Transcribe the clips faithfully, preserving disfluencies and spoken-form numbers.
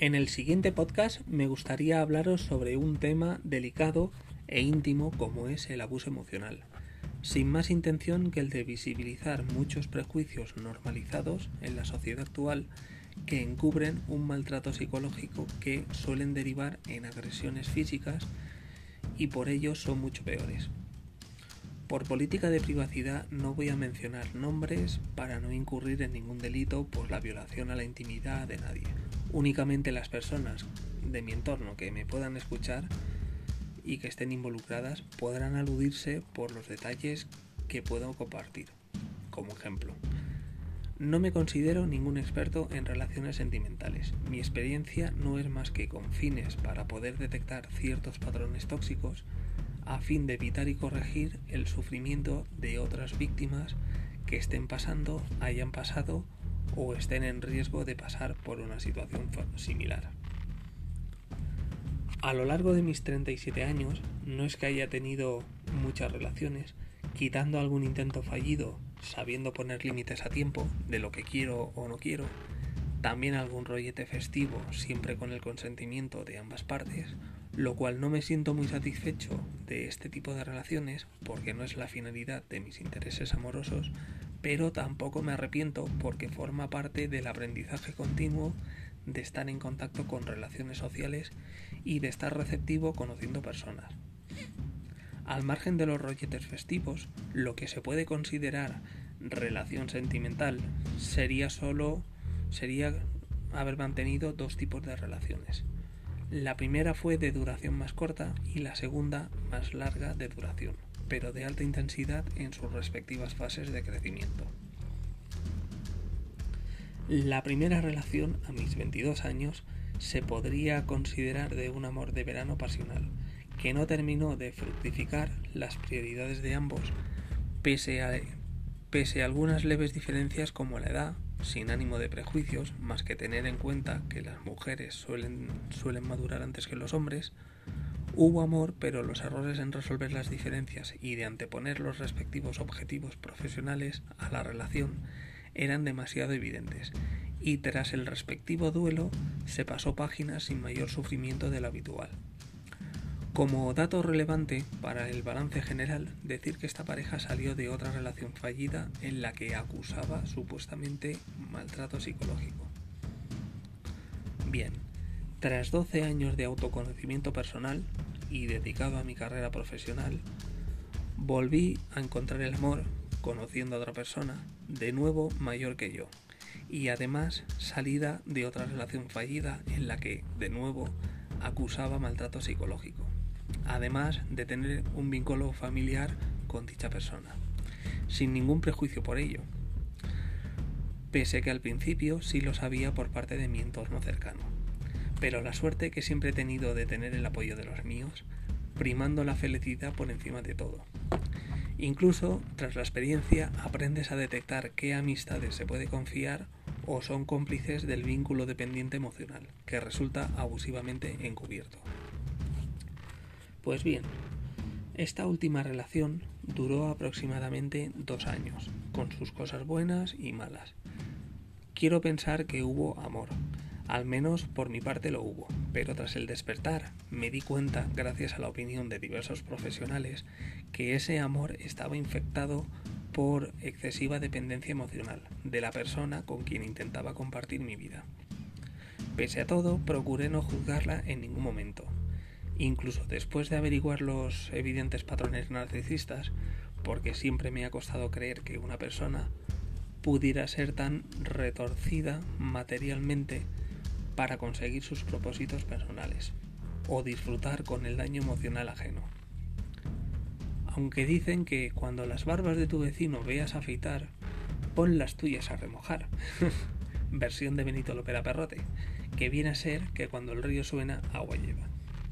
En el siguiente podcast me gustaría hablaros sobre un tema delicado e íntimo como es el abuso emocional, sin más intención que el de visibilizar muchos prejuicios normalizados en la sociedad actual que encubren un maltrato psicológico que suelen derivar en agresiones físicas y por ello son mucho peores. Por política de privacidad no voy a mencionar nombres para no incurrir en ningún delito por la violación a la intimidad de nadie. Únicamente las personas de mi entorno que me puedan escuchar y que estén involucradas podrán aludirse por los detalles que puedo compartir. Como ejemplo, no me considero ningún experto en relaciones sentimentales. Mi experiencia no es más que con fines para poder detectar ciertos patrones tóxicos a fin de evitar y corregir el sufrimiento de otras víctimas que estén pasando, hayan pasado o estén en riesgo de pasar por una situación similar. A lo largo de mis treinta y siete años, no es que haya tenido muchas relaciones, quitando algún intento fallido, sabiendo poner límites a tiempo de lo que quiero o no quiero, también algún rollete festivo, siempre con el consentimiento de ambas partes, lo cual no me siento muy satisfecho de este tipo de relaciones porque no es la finalidad de mis intereses amorosos, pero tampoco me arrepiento porque forma parte del aprendizaje continuo de estar en contacto con relaciones sociales y de estar receptivo conociendo personas. Al margen de los rolletes festivos, lo que se puede considerar relación sentimental sería solo sería haber mantenido dos tipos de relaciones. La primera fue de duración más corta y la segunda más larga de duración, pero de alta intensidad en sus respectivas fases de crecimiento. La primera relación, a mis veintidós años, se podría considerar de un amor de verano pasional, que no terminó de fructificar las prioridades de ambos, pese a, pese a algunas leves diferencias como la edad, sin ánimo de prejuicios, más que tener en cuenta que las mujeres suelen, suelen madurar antes que los hombres. Hubo amor, pero los errores en resolver las diferencias y de anteponer los respectivos objetivos profesionales a la relación eran demasiado evidentes, y tras el respectivo duelo se pasó página sin mayor sufrimiento de lo habitual. Como dato relevante para el balance general, decir que esta pareja salió de otra relación fallida en la que acusaba supuestamente maltrato psicológico. Bien, tras doce años de autoconocimiento personal y dedicado a mi carrera profesional, volví a encontrar el amor conociendo a otra persona, de nuevo mayor que yo, y además salida de otra relación fallida en la que, de nuevo, acusaba maltrato psicológico, además de tener un vínculo familiar con dicha persona, sin ningún prejuicio por ello, pese que al principio sí lo sabía por parte de mi entorno cercano, pero la suerte que siempre he tenido de tener el apoyo de los míos, primando la felicidad por encima de todo. Incluso, tras la experiencia, aprendes a detectar qué amistades se puede confiar o son cómplices del vínculo dependiente emocional, que resulta abusivamente encubierto. Pues bien, esta última relación duró aproximadamente dos años, con sus cosas buenas y malas. Quiero pensar que hubo amor, al menos por mi parte lo hubo, pero tras el despertar me di cuenta, gracias a la opinión de diversos profesionales, que ese amor estaba infectado por excesiva dependencia emocional de la persona con quien intentaba compartir mi vida. Pese a todo, procuré no juzgarla en ningún momento. Incluso después de averiguar los evidentes patrones narcisistas, porque siempre me ha costado creer que una persona pudiera ser tan retorcida materialmente para conseguir sus propósitos personales o disfrutar con el daño emocional ajeno. Aunque dicen que cuando las barbas de tu vecino veas afeitar, pon las tuyas a remojar. Versión de Benito López Perrote, que viene a ser que cuando el río suena, agua lleva.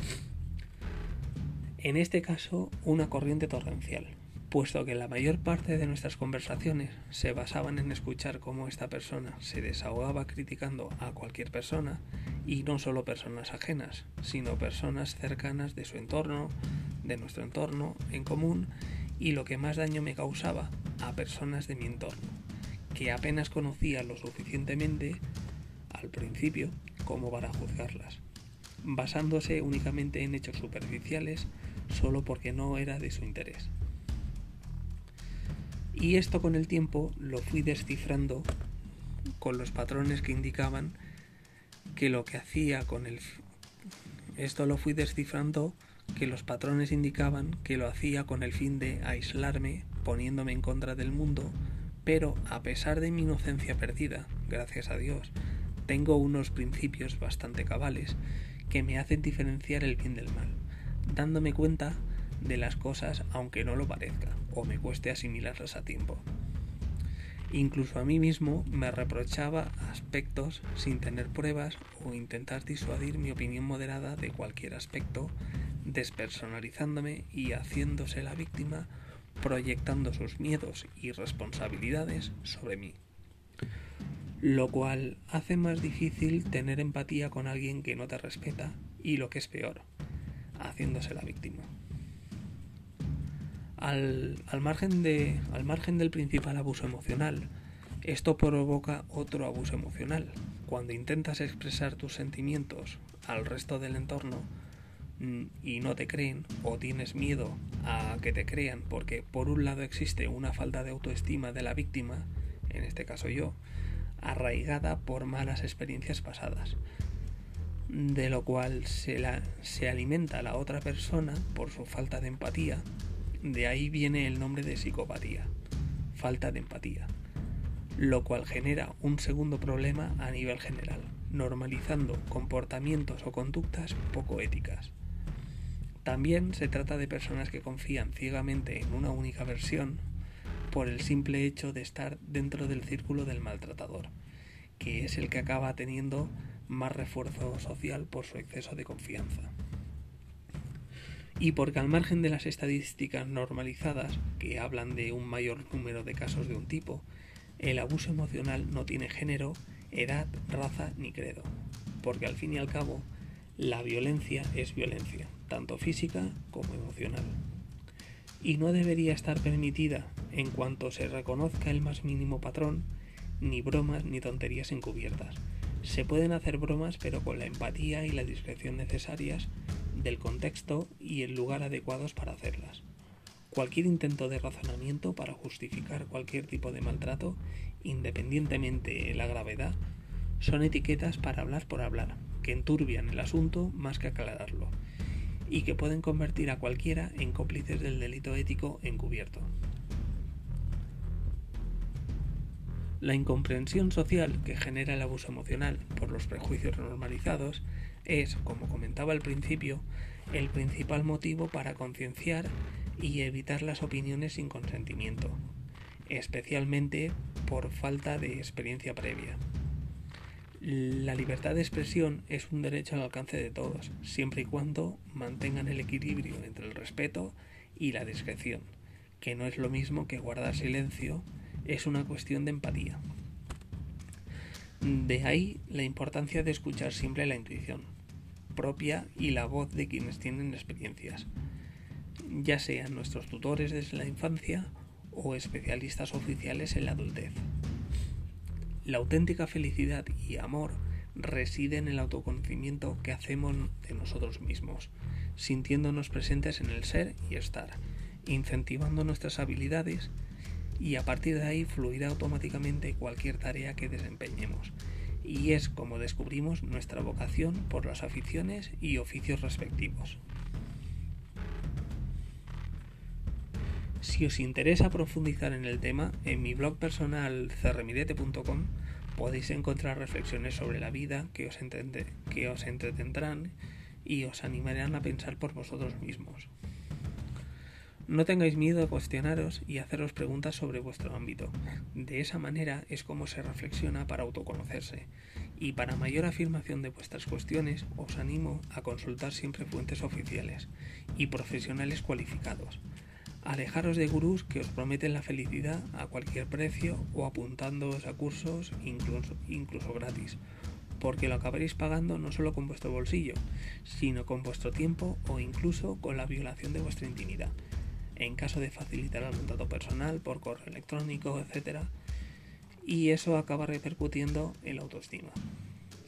En este caso, una corriente torrencial, puesto que la mayor parte de nuestras conversaciones se basaban en escuchar cómo esta persona se desahogaba criticando a cualquier persona, y no solo personas ajenas, sino personas cercanas de su entorno, de nuestro entorno en común, y lo que más daño me causaba, a personas de mi entorno, que apenas conocía lo suficientemente al principio como para juzgarlas, basándose únicamente en hechos superficiales solo porque no era de su interés. Y esto con el tiempo lo fui descifrando con los patrones que indicaban que lo que hacía con el... Esto lo fui descifrando que los patrones indicaban que lo hacía con el fin de aislarme, poniéndome en contra del mundo, pero a pesar de mi inocencia perdida, gracias a Dios, tengo unos principios bastante cabales que me hacen diferenciar el bien del mal, dándome cuenta de las cosas aunque no lo parezca o me cueste asimilarlas a tiempo. Incluso a mí mismo me reprochaba aspectos sin tener pruebas o intentar disuadir mi opinión moderada de cualquier aspecto, despersonalizándome y haciéndose la víctima, proyectando sus miedos y responsabilidades sobre mí. Lo cual hace más difícil tener empatía con alguien que no te respeta y, lo que es peor, haciéndose la víctima. Al, al, margen de, al margen del principal abuso emocional, esto provoca otro abuso emocional. Cuando intentas expresar tus sentimientos al resto del entorno y no te creen, o tienes miedo a que te crean porque por un lado existe una falta de autoestima de la víctima, en este caso yo, arraigada por malas experiencias pasadas, de lo cual se, la, se alimenta la otra persona por su falta de empatía. De ahí viene el nombre de psicopatía, falta de empatía, lo cual genera un segundo problema a nivel general, normalizando comportamientos o conductas poco éticas. También se trata de personas que confían ciegamente en una única versión por el simple hecho de estar dentro del círculo del maltratador, que es el que acaba teniendo más refuerzo social por su exceso de confianza. Y porque al margen de las estadísticas normalizadas, que hablan de un mayor número de casos de un tipo, el abuso emocional no tiene género, edad, raza ni credo, porque al fin y al cabo, la violencia es violencia, tanto física como emocional. Y no debería estar permitida en cuanto se reconozca el más mínimo patrón, ni bromas ni tonterías encubiertas. Se pueden hacer bromas, pero con la empatía y la discreción necesarias del contexto y el lugar adecuados para hacerlas. Cualquier intento de razonamiento para justificar cualquier tipo de maltrato, independientemente de la gravedad, son etiquetas para hablar por hablar, que enturbian el asunto más que aclararlo, y que pueden convertir a cualquiera en cómplices del delito ético encubierto. La incomprensión social que genera el abuso emocional por los prejuicios normalizados es, como comentaba al principio, el principal motivo para concienciar y evitar las opiniones sin consentimiento, especialmente por falta de experiencia previa. La libertad de expresión es un derecho al alcance de todos, siempre y cuando mantengan el equilibrio entre el respeto y la discreción, que no es lo mismo que guardar silencio, es una cuestión de empatía. De ahí la importancia de escuchar siempre la intuición propia y la voz de quienes tienen experiencias, ya sean nuestros tutores desde la infancia o especialistas oficiales en la adultez. La auténtica felicidad y amor reside en el autoconocimiento que hacemos de nosotros mismos, sintiéndonos presentes en el ser y estar, incentivando nuestras habilidades, y a partir de ahí fluirá automáticamente cualquier tarea que desempeñemos, y es como descubrimos nuestra vocación por las aficiones y oficios respectivos. Si os interesa profundizar en el tema, en mi blog personal cerremirete punto com podéis encontrar reflexiones sobre la vida que os, entende, que os entretendrán y os animarán a pensar por vosotros mismos. No tengáis miedo a cuestionaros y haceros preguntas sobre vuestro ámbito. De esa manera es como se reflexiona para autoconocerse. Y para mayor afirmación de vuestras cuestiones, os animo a consultar siempre fuentes oficiales y profesionales cualificados. Alejaros de gurús que os prometen la felicidad a cualquier precio o apuntándoos a cursos incluso, incluso gratis, porque lo acabaréis pagando no solo con vuestro bolsillo, sino con vuestro tiempo o incluso con la violación de vuestra intimidad, en caso de facilitar algún dato personal por correo electrónico, etcétera, y eso acaba repercutiendo en la autoestima.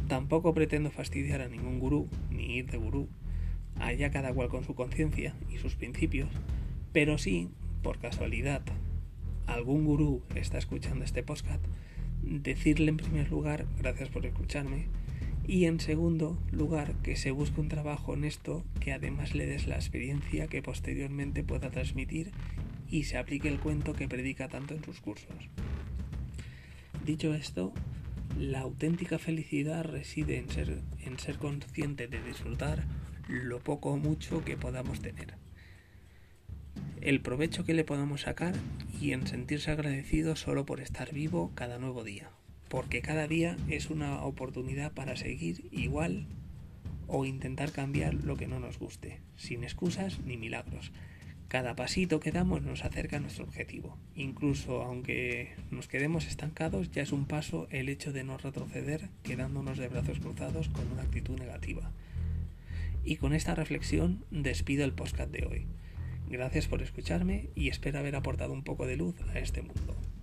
Tampoco pretendo fastidiar a ningún gurú, ni ir de gurú, allá cada cual con su conciencia y sus principios, pero sí, por casualidad, algún gurú está escuchando este podcast, decirle en primer lugar gracias por escucharme y en segundo lugar que se busque un trabajo honesto que además le des la experiencia que posteriormente pueda transmitir y se aplique el cuento que predica tanto en sus cursos. Dicho esto, la auténtica felicidad reside en ser, en ser consciente de disfrutar lo poco o mucho que podamos tener, el provecho que le podamos sacar y en sentirse agradecido solo por estar vivo cada nuevo día, porque cada día es una oportunidad para seguir igual o intentar cambiar lo que no nos guste, sin excusas ni milagros. Cada pasito que damos nos acerca a nuestro objetivo. Incluso aunque nos quedemos estancados, ya es un paso el hecho de no retroceder quedándonos de brazos cruzados con una actitud negativa. Y con esta reflexión despido el podcast de hoy. Gracias por escucharme y espero haber aportado un poco de luz a este mundo.